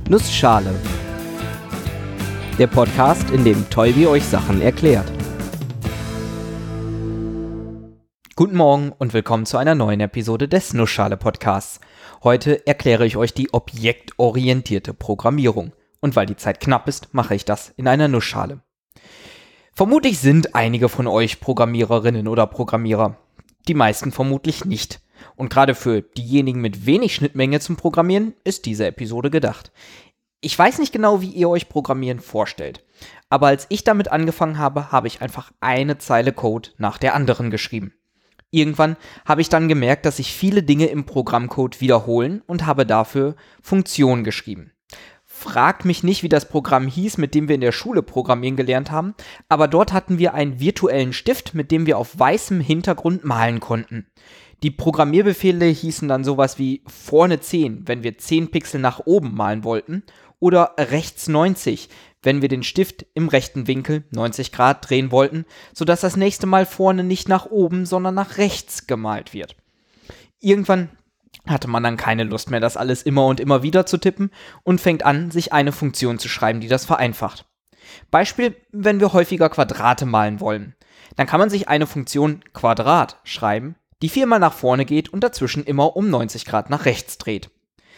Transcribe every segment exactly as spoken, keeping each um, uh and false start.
Nussschale. Der Podcast, in dem Tolbi euch Sachen erklärt. Guten Morgen und willkommen zu einer neuen Episode des Nussschale Podcasts. Heute erkläre ich euch die objektorientierte Programmierung. Und weil die Zeit knapp ist, mache ich das in einer Nussschale. Vermutlich sind einige von euch Programmiererinnen oder Programmierer. Die meisten vermutlich nicht. Und gerade für diejenigen mit wenig Schnittmenge zum Programmieren ist diese Episode gedacht. Ich weiß nicht genau, wie ihr euch Programmieren vorstellt. Aber als ich damit angefangen habe, habe ich einfach eine Zeile Code nach der anderen geschrieben. Irgendwann habe ich dann gemerkt, dass sich viele Dinge im Programmcode wiederholen und habe dafür Funktionen geschrieben. Fragt mich nicht, wie das Programm hieß, mit dem wir in der Schule programmieren gelernt haben, aber dort hatten wir einen virtuellen Stift, mit dem wir auf weißem Hintergrund malen konnten. Die Programmierbefehle hießen dann sowas wie vorne zehn, wenn wir zehn Pixel nach oben malen wollten, oder rechts neunzig, wenn wir den Stift im rechten Winkel neunzig Grad drehen wollten, sodass das nächste Mal vorne nicht nach oben, sondern nach rechts gemalt wird. Irgendwann hatte man dann keine Lust mehr, das alles immer und immer wieder zu tippen und fängt an, sich eine Funktion zu schreiben, die das vereinfacht. Beispiel, wenn wir häufiger Quadrate malen wollen. Dann kann man sich eine Funktion Quadrat schreiben, die viermal nach vorne geht und dazwischen immer um neunzig Grad nach rechts dreht.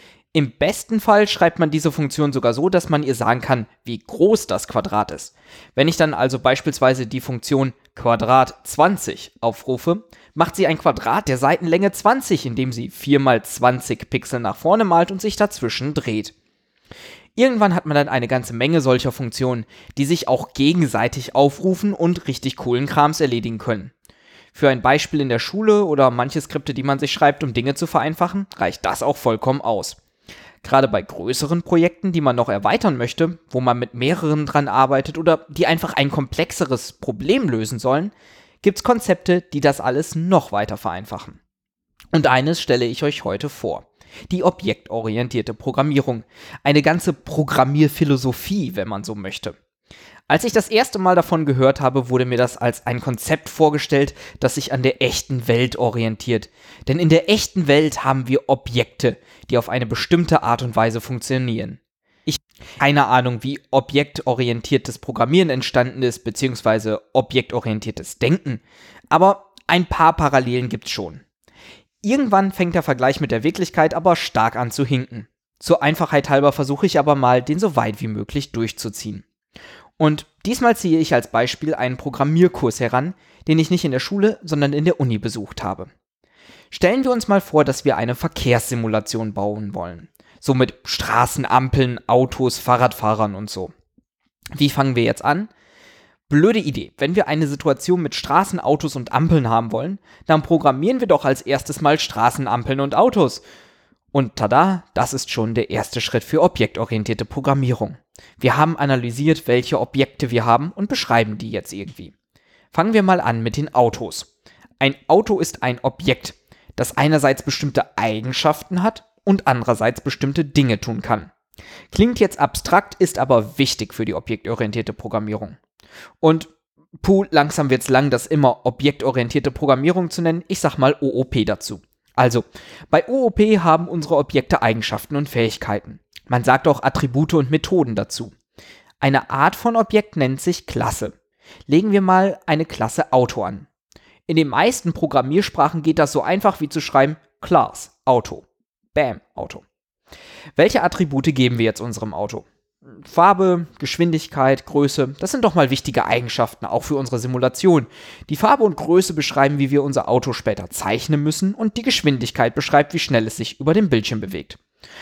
Im besten Fall schreibt man diese Funktion sogar so, dass man ihr sagen kann, wie groß das Quadrat ist. Wenn ich dann also beispielsweise die Funktion Quadrat zwanzig aufrufe, macht sie ein Quadrat der Seitenlänge zwanzig, indem sie vier mal zwanzig Pixel nach vorne malt und sich dazwischen dreht. Irgendwann hat man dann eine ganze Menge solcher Funktionen, die sich auch gegenseitig aufrufen und richtig coolen Krams erledigen können. Für ein Beispiel in der Schule oder manche Skripte, die man sich schreibt, um Dinge zu vereinfachen, reicht das auch vollkommen aus. Gerade bei größeren Projekten, die man noch erweitern möchte, wo man mit mehreren dran arbeitet oder die einfach ein komplexeres Problem lösen sollen, gibt's Konzepte, die das alles noch weiter vereinfachen. Und eines stelle ich euch heute vor. Die objektorientierte Programmierung. Eine ganze Programmierphilosophie, wenn man so möchte. Als ich das erste Mal davon gehört habe, wurde mir das als ein Konzept vorgestellt, das sich an der echten Welt orientiert. Denn in der echten Welt haben wir Objekte, die auf eine bestimmte Art und Weise funktionieren. Ich habe keine Ahnung, wie objektorientiertes Programmieren entstanden ist, beziehungsweise objektorientiertes Denken. Aber ein paar Parallelen gibt's schon. Irgendwann fängt der Vergleich mit der Wirklichkeit aber stark an zu hinken. Zur Einfachheit halber versuche ich aber mal, den so weit wie möglich durchzuziehen. Und diesmal ziehe ich als Beispiel einen Programmierkurs heran, den ich nicht in der Schule, sondern in der Uni besucht habe. Stellen wir uns mal vor, dass wir eine Verkehrssimulation bauen wollen. So mit Straßen, Ampeln, Autos, Fahrradfahrern und so. Wie fangen wir jetzt an? Blöde Idee. Wenn wir eine Situation mit Straßen, Autos und Ampeln haben wollen, dann programmieren wir doch als erstes mal Straßen, Ampeln und Autos. Und tada, das ist schon der erste Schritt für objektorientierte Programmierung. Wir haben analysiert, welche Objekte wir haben und beschreiben die jetzt irgendwie. Fangen wir mal an mit den Autos. Ein Auto ist ein Objekt, das einerseits bestimmte Eigenschaften hat und andererseits bestimmte Dinge tun kann. Klingt jetzt abstrakt, ist aber wichtig für die objektorientierte Programmierung. Und puh, langsam wird's lang, das immer objektorientierte Programmierung zu nennen. Ich sag mal O O P dazu. Also, bei O O P haben unsere Objekte Eigenschaften und Fähigkeiten. Man sagt auch Attribute und Methoden dazu. Eine Art von Objekt nennt sich Klasse. Legen wir mal eine Klasse Auto an. In den meisten Programmiersprachen geht das so einfach wie zu schreiben Class, Auto. Bam, Auto. Welche Attribute geben wir jetzt unserem Auto? Farbe, Geschwindigkeit, Größe, das sind doch mal wichtige Eigenschaften, auch für unsere Simulation. Die Farbe und Größe beschreiben, wie wir unser Auto später zeichnen müssen und die Geschwindigkeit beschreibt, wie schnell es sich über den Bildschirm bewegt.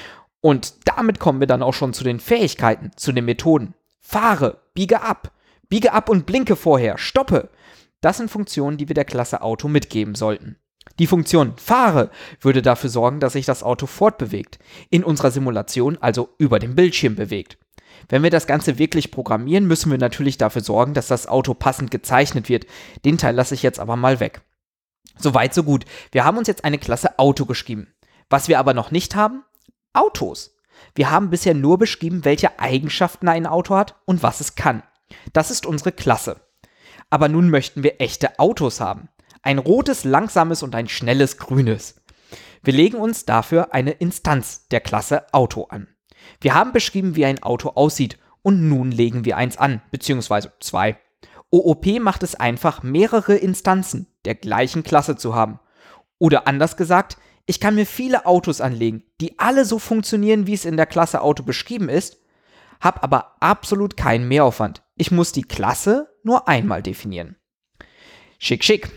Und damit kommen wir dann auch schon zu den Fähigkeiten, zu den Methoden. Fahre, biege ab, biege ab und blinke vorher, stoppe. Das sind Funktionen, die wir der Klasse Auto mitgeben sollten. Die Funktion Fahre würde dafür sorgen, dass sich das Auto fortbewegt, in unserer Simulation also über den Bildschirm bewegt. Wenn wir das Ganze wirklich programmieren, müssen wir natürlich dafür sorgen, dass das Auto passend gezeichnet wird. Den Teil lasse ich jetzt aber mal weg. Soweit, so gut. Wir haben uns jetzt eine Klasse Auto geschrieben. Was wir aber noch nicht haben? Autos. Wir haben bisher nur beschrieben, welche Eigenschaften ein Auto hat und was es kann. Das ist unsere Klasse. Aber nun möchten wir echte Autos haben. Ein rotes, langsames und ein schnelles grünes. Wir legen uns dafür eine Instanz der Klasse Auto an. Wir haben beschrieben, wie ein Auto aussieht und nun legen wir eins an, beziehungsweise zwei. O O P macht es einfach, mehrere Instanzen der gleichen Klasse zu haben. Oder anders gesagt, ich kann mir viele Autos anlegen, die alle so funktionieren, wie es in der Klasse Auto beschrieben ist, habe aber absolut keinen Mehraufwand. Ich muss die Klasse nur einmal definieren. Schick, schick.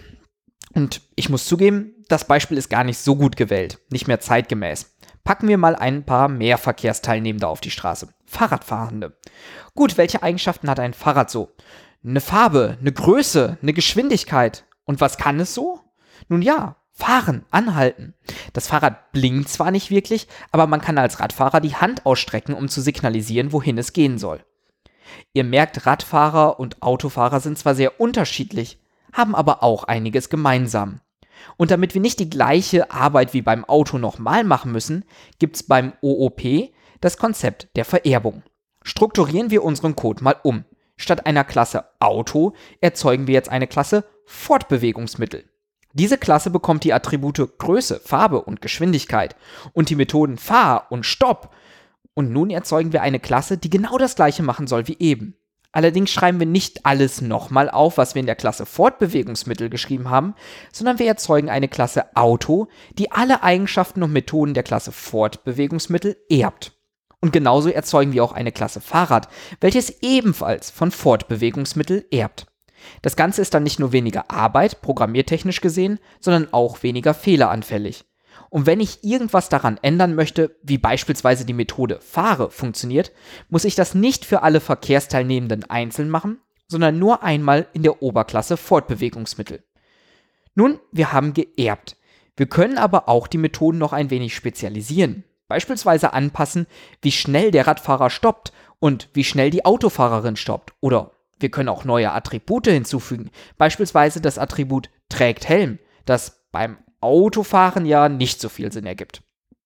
Und ich muss zugeben, das Beispiel ist gar nicht so gut gewählt, nicht mehr zeitgemäß. Packen wir mal ein paar mehr Verkehrsteilnehmende auf die Straße. Fahrradfahrende. Gut, welche Eigenschaften hat ein Fahrrad so? Eine Farbe, eine Größe, eine Geschwindigkeit. Und was kann es so? Nun ja, fahren, anhalten. Das Fahrrad blinkt zwar nicht wirklich, aber man kann als Radfahrer die Hand ausstrecken, um zu signalisieren, wohin es gehen soll. Ihr merkt, Radfahrer und Autofahrer sind zwar sehr unterschiedlich, haben aber auch einiges gemeinsam. Und damit wir nicht die gleiche Arbeit wie beim Auto nochmal machen müssen, gibt es beim O O P das Konzept der Vererbung. Strukturieren wir unseren Code mal um. Statt einer Klasse Auto erzeugen wir jetzt eine Klasse Fortbewegungsmittel. Diese Klasse bekommt die Attribute Größe, Farbe und Geschwindigkeit und die Methoden Fahr und Stopp. Und nun erzeugen wir eine Klasse, die genau das gleiche machen soll wie eben. Allerdings schreiben wir nicht alles nochmal auf, was wir in der Klasse Fortbewegungsmittel geschrieben haben, sondern wir erzeugen eine Klasse Auto, die alle Eigenschaften und Methoden der Klasse Fortbewegungsmittel erbt. Und genauso erzeugen wir auch eine Klasse Fahrrad, welches ebenfalls von Fortbewegungsmittel erbt. Das Ganze ist dann nicht nur weniger Arbeit, programmiertechnisch gesehen, sondern auch weniger fehleranfällig. Und wenn ich irgendwas daran ändern möchte, wie beispielsweise die Methode Fahre funktioniert, muss ich das nicht für alle Verkehrsteilnehmenden einzeln machen, sondern nur einmal in der Oberklasse Fortbewegungsmittel. Nun, wir haben geerbt. Wir können aber auch die Methoden noch ein wenig spezialisieren. Beispielsweise anpassen, wie schnell der Radfahrer stoppt und wie schnell die Autofahrerin stoppt. Oder wir können auch neue Attribute hinzufügen. Beispielsweise das Attribut trägt Helm, das beim Autofahren ja nicht so viel Sinn ergibt.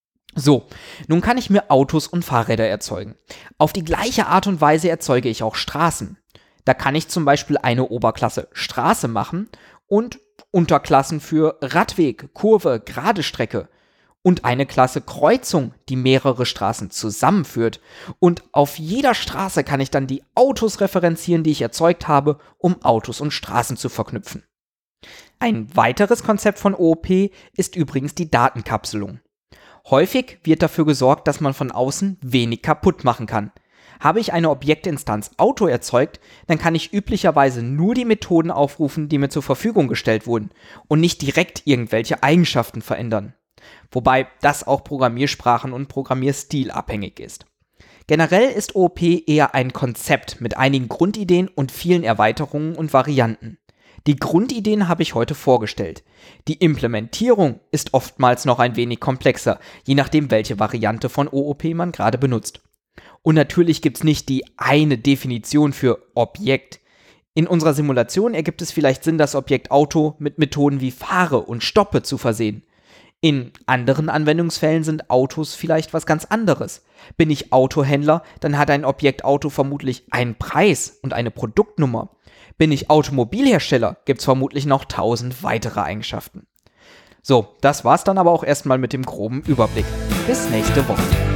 So, nun kann ich mir Autos und Fahrräder erzeugen. Auf die gleiche Art und Weise erzeuge ich auch Straßen. Da kann ich zum Beispiel eine Oberklasse Straße machen und Unterklassen für Radweg, Kurve, gerade Strecke und eine Klasse Kreuzung, die mehrere Straßen zusammenführt. Und auf jeder Straße kann ich dann die Autos referenzieren, die ich erzeugt habe, um Autos und Straßen zu verknüpfen. Ein weiteres Konzept von O O P ist übrigens die Datenkapselung. Häufig wird dafür gesorgt, dass man von außen wenig kaputt machen kann. Habe ich eine Objektinstanz Auto erzeugt, dann kann ich üblicherweise nur die Methoden aufrufen, die mir zur Verfügung gestellt wurden und nicht direkt irgendwelche Eigenschaften verändern. Wobei das auch Programmiersprachen und Programmierstil abhängig ist. Generell ist O O P eher ein Konzept mit einigen Grundideen und vielen Erweiterungen und Varianten. Die Grundideen habe ich heute vorgestellt. Die Implementierung ist oftmals noch ein wenig komplexer, je nachdem, welche Variante von O O P man gerade benutzt. Und natürlich gibt es nicht die eine Definition für Objekt. In unserer Simulation ergibt es vielleicht Sinn, das Objekt Auto mit Methoden wie Fahre und Stoppe zu versehen. In anderen Anwendungsfällen sind Autos vielleicht was ganz anderes. Bin ich Autohändler, dann hat ein Objekt Auto vermutlich einen Preis und eine Produktnummer. Bin ich Automobilhersteller, gibt es vermutlich noch tausend weitere Eigenschaften. So, das war's dann aber auch erstmal mit dem groben Überblick. Bis nächste Woche.